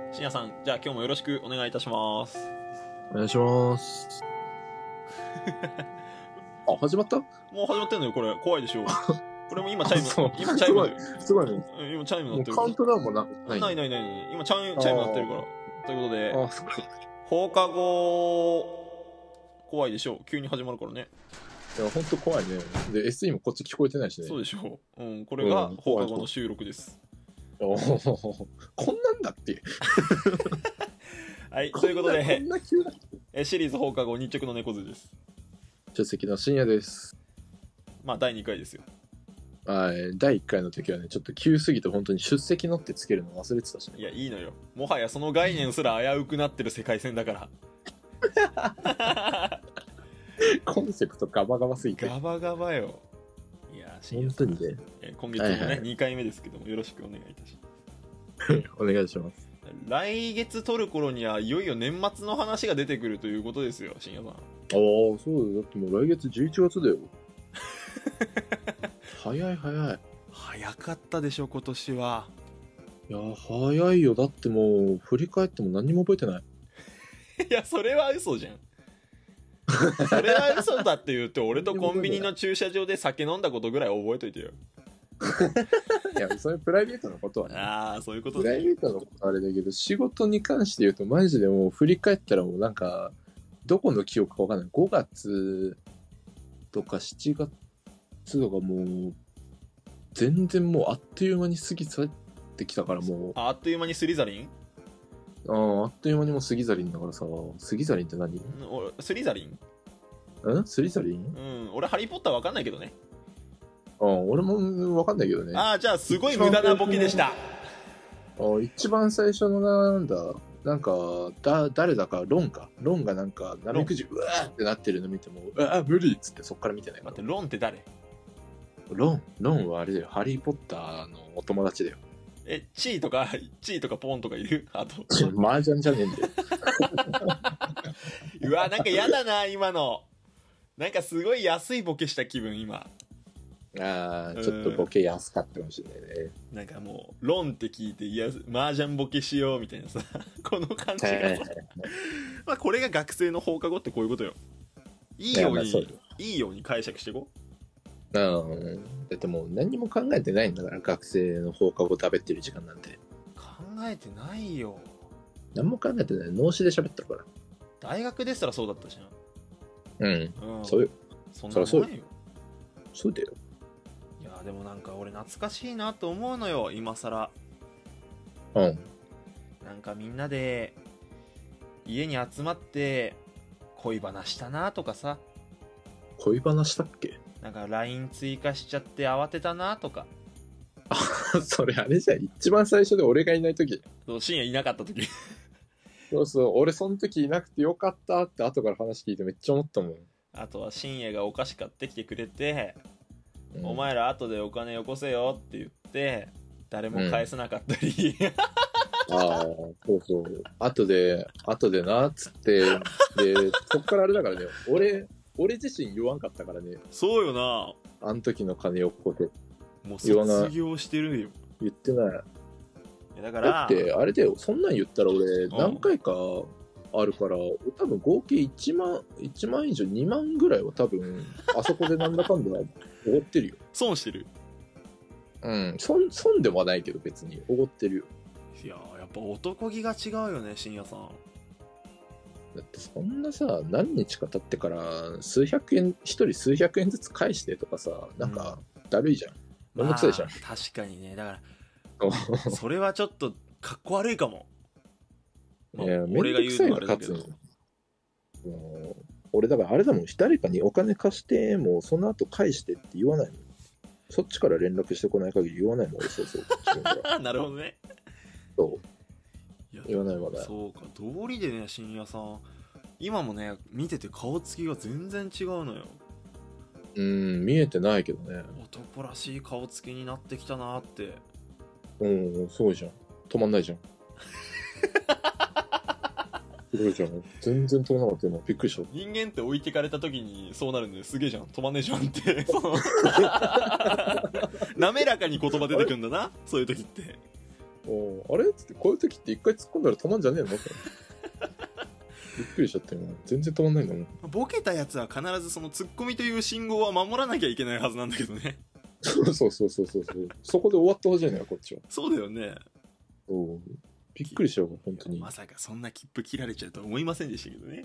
深夜さん、じゃあ今日もよろしくお願いいたします。 お願いします。あ、始まった？ もう始まってんのよ、これ。怖いでしょ。これも今チャイム、今チャイすごム、 い、すごいね。 今チャイム鳴ってる。 もうカウントダウンもない。 ない。今チャイム鳴ってるから。ということで、 あ、すごい。 放課後、怖いでしょ。急に始まるからね。 いや、ほんと怖いね。で、SE もこっち聞こえてないしね。 そうでしょう。これが放課後の収録です。 おー、こんなんだっけ。 はい、ということで、 こんな急だっけ。 シリーズ放課後日直の猫背です。 出席の深夜です。 まあ、第2回ですよ。 はい、第1回の時はね、ちょっと急すぎて本当に出席のってつけるの忘れてたしね。 いや、いいのよ。もはやその概念すら危うくなってる世界線だから。 コンセプトガバガバすぎて。 ガバガバよ。いや、深夜本当にね。 今月もね、2回目ですけども、よろしくお願いいたします。お願いします。 来月撮る頃にはいよいよ年末の話が出てくるということですよ、深夜さん。 ああ、そうだよ。だってもう来月11月だよ。早い。 早かったでしょ、今年は。 いや、早いよ。だってもう、振り返っても何も覚えてない。 いや、それは嘘じゃん。それは嘘だって言って、俺とコンビニの駐車場で酒飲んだことぐらい覚えといてよ。 いや、それプライベートのことはね。 ああ、そういうことプライベートのことあれだけど、仕事に関して言うと、マジでもう振り返ったらもうなんか、どこの記憶かわかんない。5月とか7月とかもう、全然もうあっという間に過ぎ去ってきたからもう。 あっという間にスリザリン？ あっという間にもうスギザリンだからさ。スギザリンって何？ スリザリン？ スリザリン？ 俺ハリーポッターわかんないけどね。 俺もわかんないけどね。 じゃあすごい無駄なボケでした。 一番最初のなんだ、なんか、誰だか、ロンがなんか、ナメクジうわーってなってるの見ても、無理っつってそっから見てないから。 待って、ロンって誰？ ロンはあれだよ、ハリーポッターのお友達だよ。 チーとかポンとかいる？あと。 麻雀じゃねえんだよ。 うわ、なんかやだな、今の。なんかすごい安いボケした気分、今。 ちょっとボケ安かったかもしれないね。 なんかもう、ロンって聞いて、いや、麻雀ボケしようみたいなさ、この感じがさ。まあ、これが学生の放課後ってこういうことよ。いいように解釈していこう。 だってもう何も考えてないんだから、学生の放課後食べてる時間なんて。 考えてないよ。 何も考えてない。脳死で喋ってるから。 大学ですらそうだったじゃん。そうよ。 そんなことないよ。 そうだよ。 いやでもなんか俺懐かしいなと思うのよ、今更。なんかみんなで家に集まって恋バナしたなとかさ。 恋バナしたっけ？ なんか LINE 追加しちゃって慌てたなとか。 それあれじゃん、一番最初で俺がいない時。 そう深夜いなかった時。 そう、俺その時いなくてよかったって後から話聞いてめっちゃ思ったもん。 あとは深夜がお菓子買ってきてくれて、お前ら後でお金よこせよって言って誰も返せなかったり、 そう後でなっつってでそっからあれだからね、俺自身言わんかったからね。 そうよな。 あの時の金よこせ。 もう卒業してるよ。 言ってない。 だからだってあれだよ、そんなん言ったら俺何回かあるから、多分合計1万以上2万ぐらいは多分あそこでなんだかんだおごってるよ。 損してる。 損ではないけど別におごってるよ。 いややっぱ男気が違うよね、深夜さん。 だってそんなさ、何日か経ってから数百円、一人数百円ずつ返してとかさ、なんかだるいじゃん。めんどくさいじゃん。 確かにね。だからそれはちょっとかっこ悪いかも。 俺が言うのはあれだけど。俺だからあれだもん、誰かにお金貸してもその後返してって言わないもん。そっちから連絡してこない限り言わないもん、俺。そうなるほどね。 言わないわね。 そうか、道理でね、深夜さん今もね見てて顔つきが全然違うのよ。 見えてないけどね。 男らしい顔つきになってきたなって。 すごいじゃん。止まんないじゃん。すごいじゃん。全然止まんなかったよ。びっくりした。 人間って置いてかれた時にそうなるんですげえじゃん、止まんねえじゃんって滑らかに言葉出てくんだな、そういう時って。 あれっつって、こういう時って一回突っ込んだら止まんじゃねえのってびっくりしちゃったよ。全然止まんないんだもん。 ボケたやつは必ずそのツッコミという信号は守らなきゃいけないはずなんだけどね。 そうそうそうそうそう。そこで終わってほしいのよ、こっちは。 そうだよね。 びっくりしちゃうわ、本当に。 まさかそんな切符切られちゃうとは思いませんでしたけどね。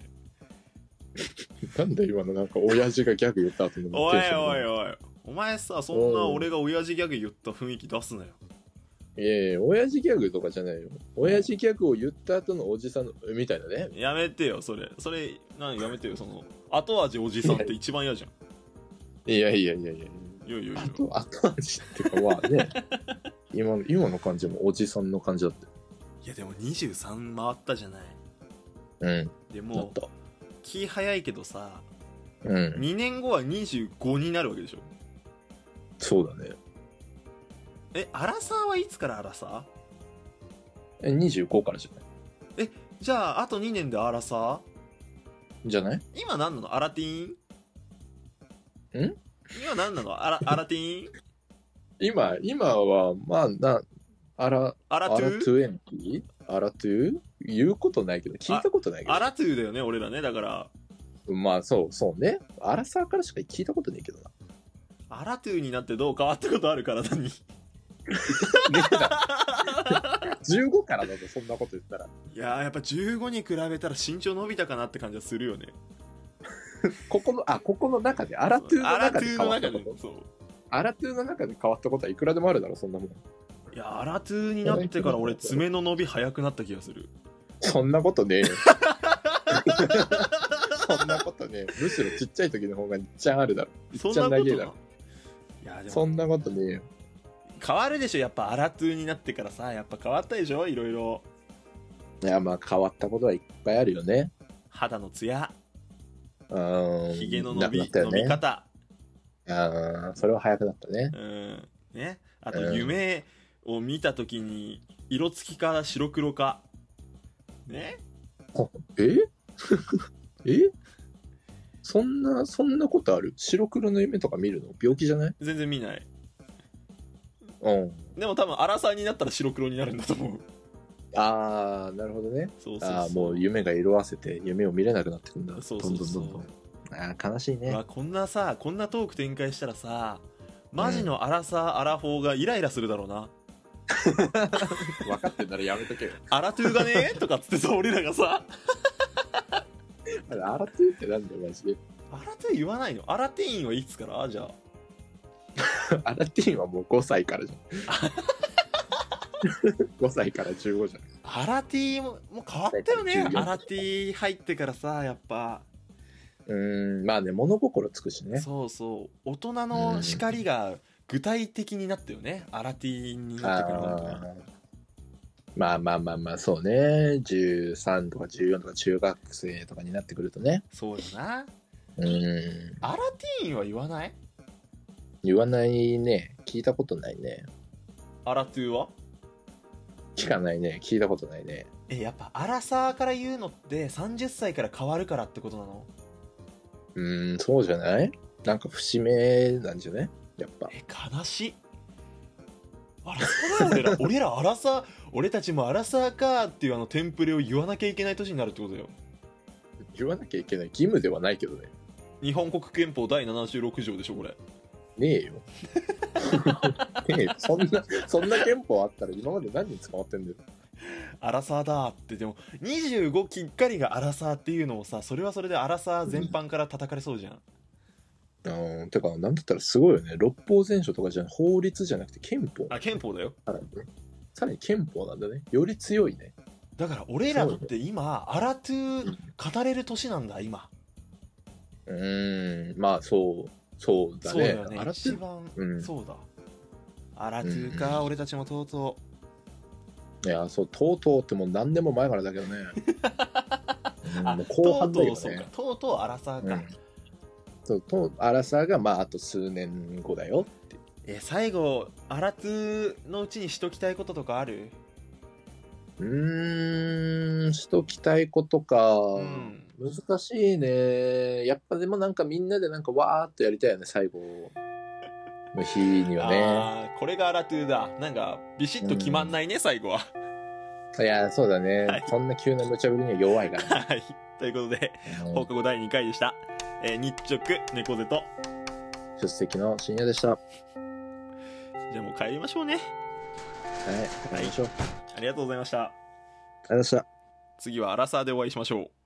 なんだ今のなんか親父がギャグ言った後のおいテンションが。 おいおい、お前さ、そんな俺が親父ギャグ言った雰囲気出すなよ。 いやいや、親父ギャグとかじゃないよ。親父ギャグを言った後のおじさんのみたいなね。 やめてよ、それやめてよ、その後味おじさんって一番嫌じゃん。 いや。 いや後味っていうかまあね今の感じもおじさんの感じだって。 いやでも23回ったじゃない。でも気早いけどさ、2年後は25になるわけでしょ。 そうだね。 アラサーはいつからアラサー？25からじゃない？ じゃああと2年でアラサーじゃない？ 今何なの？アラティーン？今何なの？アラティーン？ 今はまあアラトゥエンティ？アラトゥ？言うことないけど、聞いたことないけど。 アラトゥだよね、俺らね、だから。 まあそうね。アラサーからしか聞いたことないけどな。 アラトゥになってどう変わったことある？体に。 15からだとそんなこと言ったら。 いやー、やっぱ15に比べたら身長伸びたかなって感じはするよね。 ここの中で、アラトゥの中で変わったこと。 そう。 アラトゥの中で変わったことはいくらでもあるだろ、そんなもん。 いや、アラトゥになってから俺爪の伸び早くなった気がする。 そんなことねえよ。そんなことねえ。むしろちっちゃい時の方がいっちゃんあるだろ。いっちゃん長えだろ。 いやでもそんなことねえよ。 変わるでしょ、やっぱアラトゥになってからさ、やっぱ変わったでしょ、いろいろ。 いや、まあ変わったことはいっぱいあるよね。 肌のツヤ、 ひげの伸び方。 それは早くなったね。 ね。あと夢を見た時に色付きか白黒か。ね。そんなことある？白黒の夢とか見るの？病気じゃない？ 全然見ない。でも多分アラサーになったら白黒になるんだと思う。 なるほどね。 そうもう夢が色あせて夢を見れなくなってくんだ。どんどん。悲しいね。 こんなトーク展開したらさ、マジのアラサーアラフォーがイライラするだろうな。 分かってんならやめとけよ。 アラトゥーがねとかっつってさ、俺らがさアラトゥーってなんだよマジで。 アラトゥー言わないの？アラティーンはいつから？じゃあアラティーンはもう5歳からじゃん。5歳から15じゃん。 アラティーも変わったよね。アラティー入ってからさ、やっぱまあね、物心つくしね。 そう大人の叱りが具体的になったよね、アラティーになってからまあそうね。13とか14とか中学生とかになってくるとね。 そうよな。アラティーンは言わない？ 言わないね。聞いたことないね。 アラトゥーは？ 聞かないね。聞いたことないね。 やっぱアラサーから言うのって30歳から変わるからってことなの？ そうじゃない？なんか節目なんじゃないやっぱ。 悲しい。アラサーだよ俺らアラサー、俺たちもアラサーかっていうテンプレを言わなきゃいけない年になるってことだよ。 言わなきゃいけない義務ではないけどね。 日本国憲法第76条でしょこれ。 ねえよ。ねえよ。そんな憲法あったら今まで何人捕まってんだよ。 アラサーだって。でも25きっかりがアラサーっていうのをさ、それはそれでアラサー全般から叩かれそうじゃん。 てかなんだったらすごいよね。六法全書とかじゃ法律じゃなくて憲法。 憲法だよ。 さらに憲法なんだね。より強いね。 だから俺らって今アラトゥー語れる年なんだ今。 まあそうだね。 そうだよね。一番、そうだ。アラトゥーか、俺たちもとうとう。いや、そう、とうとうってもう何年も前からだけどね。 もう後半だよね。とうとうアラサーか。 アラサーがまああと数年後だよって。最後アラトゥーのうちにしときたいこととかある？ しときたいことか、難しいね。やっぱでもなんかみんなでなんかわーっとやりたいよね最後。 の日にはね。 あー、これがアラトゥだ。なんかビシッと決まんないね、最後は。 いや、そうだね、 はいそんな急な無茶ぶりには弱いから、 はい、ということでうん放課後第2回でした。日直猫背と、 出席の深夜でした。はじゃあもう帰りましょうね。 い、帰りましょう。 ありがとうございました。 ありがとうございました。 次はアラサーでお会いしましょう。